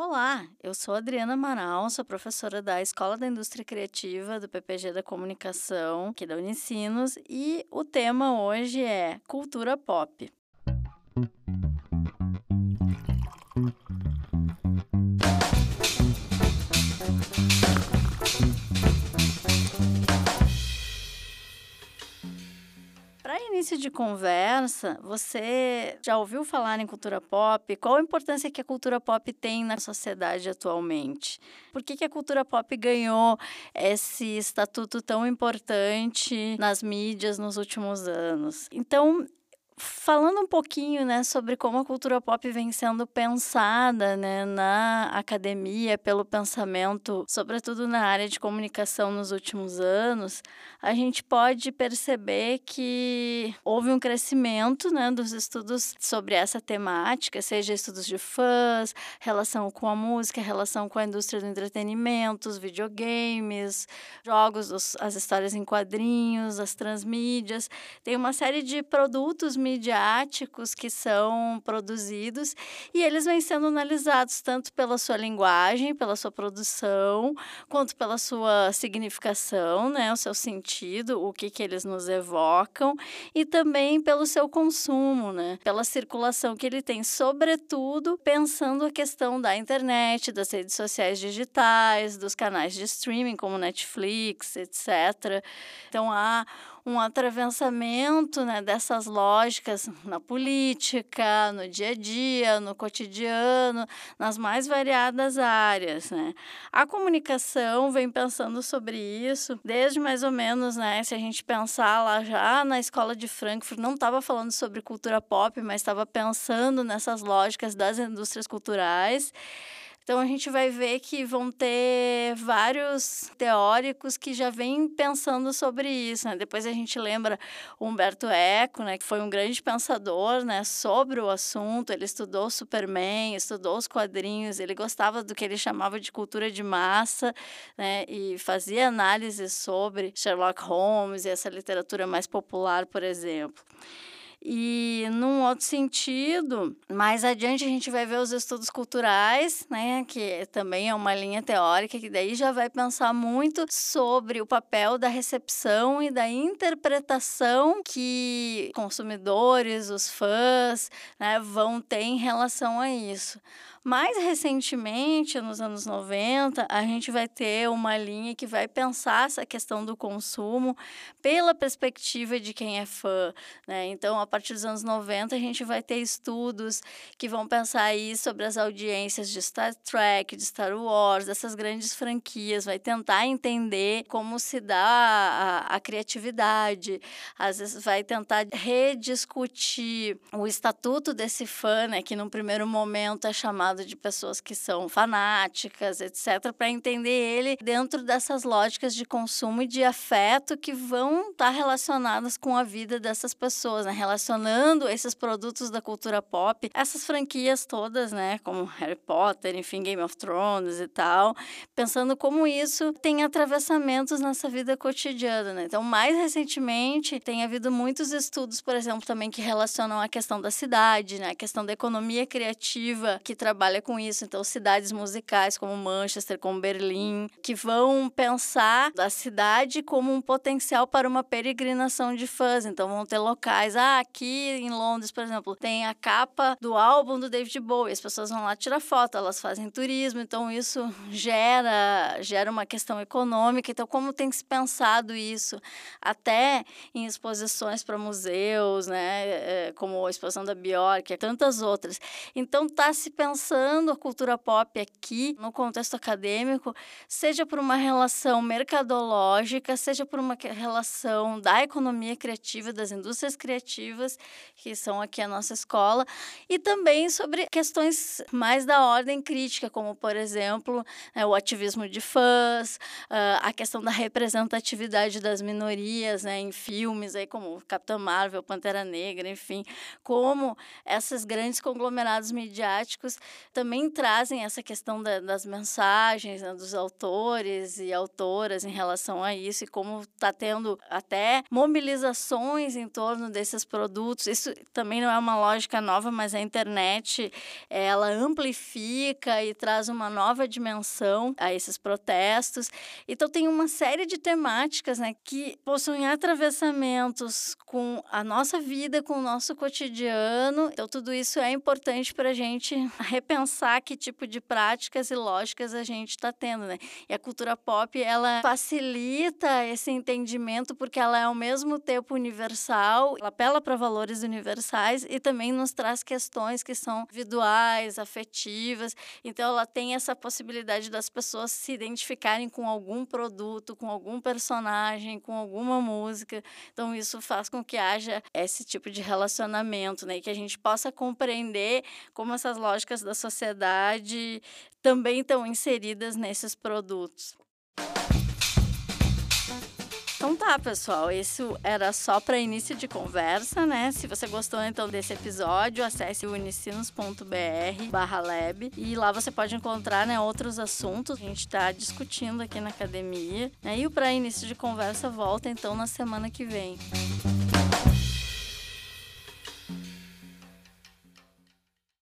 Olá, eu sou Adriana Amaral, sou professora da Escola da Indústria Criativa do PPG da Comunicação, aqui da Unicinos, e o tema hoje é cultura pop. Para início de conversa, você já ouviu falar em cultura pop? Qual a importância que a cultura pop tem na sociedade atualmente? Por que a cultura pop ganhou esse estatuto tão importante nas mídias nos últimos anos? Então, falando um pouquinho, né, sobre como a cultura pop vem sendo pensada, né, na academia, pelo pensamento, sobretudo na área de comunicação nos últimos anos, a gente pode perceber que houve um crescimento, né, dos estudos sobre essa temática, seja estudos de fãs, relação com a música, relação com a indústria do entretenimento, os videogames, jogos, as histórias em quadrinhos, as transmídias. Tem uma série de produtos midiáticos que são produzidos e eles vêm sendo analisados tanto pela sua linguagem, pela sua produção, quanto pela sua significação, né, o seu sentido, o que eles nos evocam, e também pelo seu consumo, né, pela circulação que ele tem, sobretudo pensando a questão da internet, das redes sociais digitais, dos canais de streaming como Netflix, etc. Então há um atravessamento, né, dessas lógicas na política, no dia a dia, no cotidiano, nas mais variadas áreas, né. A comunicação vem pensando sobre isso desde mais ou menos, né, se a gente pensar lá já na escola de Frankfurt, não estava falando sobre cultura pop, mas estava pensando nessas lógicas das indústrias culturais. Então, a gente vai ver que vão ter vários teóricos que já vêm pensando sobre isso, né. Depois a gente lembra o Humberto Eco, né, que foi um grande pensador, né, sobre o assunto. Ele estudou Superman, estudou os quadrinhos, ele gostava do que ele chamava de cultura de massa, né, e fazia análises sobre Sherlock Holmes e essa literatura mais popular, por exemplo. E, num outro sentido, mais adiante a gente vai ver os estudos culturais, né, que também é uma linha teórica que daí já vai pensar muito sobre o papel da recepção e da interpretação que consumidores, os fãs, né, vão ter em relação a isso. Mais recentemente, nos anos 90, a gente vai ter uma linha que vai pensar essa questão do consumo pela perspectiva de quem é fã, né. Então, a partir dos anos 90, a gente vai ter estudos que vão pensar aí sobre as audiências de Star Trek, de Star Wars, dessas grandes franquias, vai tentar entender como se dá a criatividade, às vezes vai tentar rediscutir o estatuto desse fã, né, que num primeiro momento é chamado de pessoas que são fanáticas, etc., para entender ele dentro dessas lógicas de consumo e de afeto que vão estar relacionadas com a vida dessas pessoas, né, relacionando esses produtos da cultura pop, essas franquias todas, né, como Harry Potter, enfim, Game of Thrones e tal, pensando como isso tem atravessamentos nessa vida cotidiana, né. Então, mais recentemente, tem havido muitos estudos, por exemplo, também que relacionam a questão da cidade, né, a questão da economia criativa que trabalha com isso. Então, cidades musicais como Manchester, como Berlim, que vão pensar a cidade como um potencial para uma peregrinação de fãs. Então, vão ter locais. Aqui em Londres, por exemplo, tem a capa do álbum do David Bowie. As pessoas vão lá tirar foto, elas fazem turismo. Então, isso gera uma questão econômica. Então, como tem se pensado isso até em exposições para museus, né, como a exposição da Bjork e tantas outras. Então, está se pensando a cultura pop aqui, no contexto acadêmico, seja por uma relação mercadológica, seja por uma relação da economia criativa, das indústrias criativas, que são aqui a nossa escola, e também sobre questões mais da ordem crítica, como, por exemplo, o ativismo de fãs, a questão da representatividade das minorias, né, em filmes, aí, como Capitã Marvel, Pantera Negra, enfim, como esses grandes conglomerados midiáticos também trazem essa questão das mensagens, né, dos autores e autoras em relação a isso e como está tendo até mobilizações em torno desses produtos produtos. Isso também não é uma lógica nova, mas a internet, ela amplifica e traz uma nova dimensão a esses protestos. Então, tem uma série de temáticas, né, que possuem atravessamentos com a nossa vida, com o nosso cotidiano. Então, tudo isso é importante para a gente repensar que tipo de práticas e lógicas a gente está tendo, né? E a cultura pop, ela facilita esse entendimento porque ela é ao mesmo tempo universal, ela apela para valores universais e também nos traz questões que são individuais, afetivas. Então, ela tem essa possibilidade das pessoas se identificarem com algum produto, com algum personagem, com alguma música. Então, isso faz com que haja esse tipo de relacionamento, né? E que a gente possa compreender como essas lógicas da sociedade também estão inseridas nesses produtos. Então tá, pessoal, isso era só para início de conversa, né? Se você gostou então desse episódio, acesse o unicinos.br/lab e lá você pode encontrar, né, outros assuntos que a gente está discutindo aqui na academia, né? E o Para Início de Conversa volta então na semana que vem.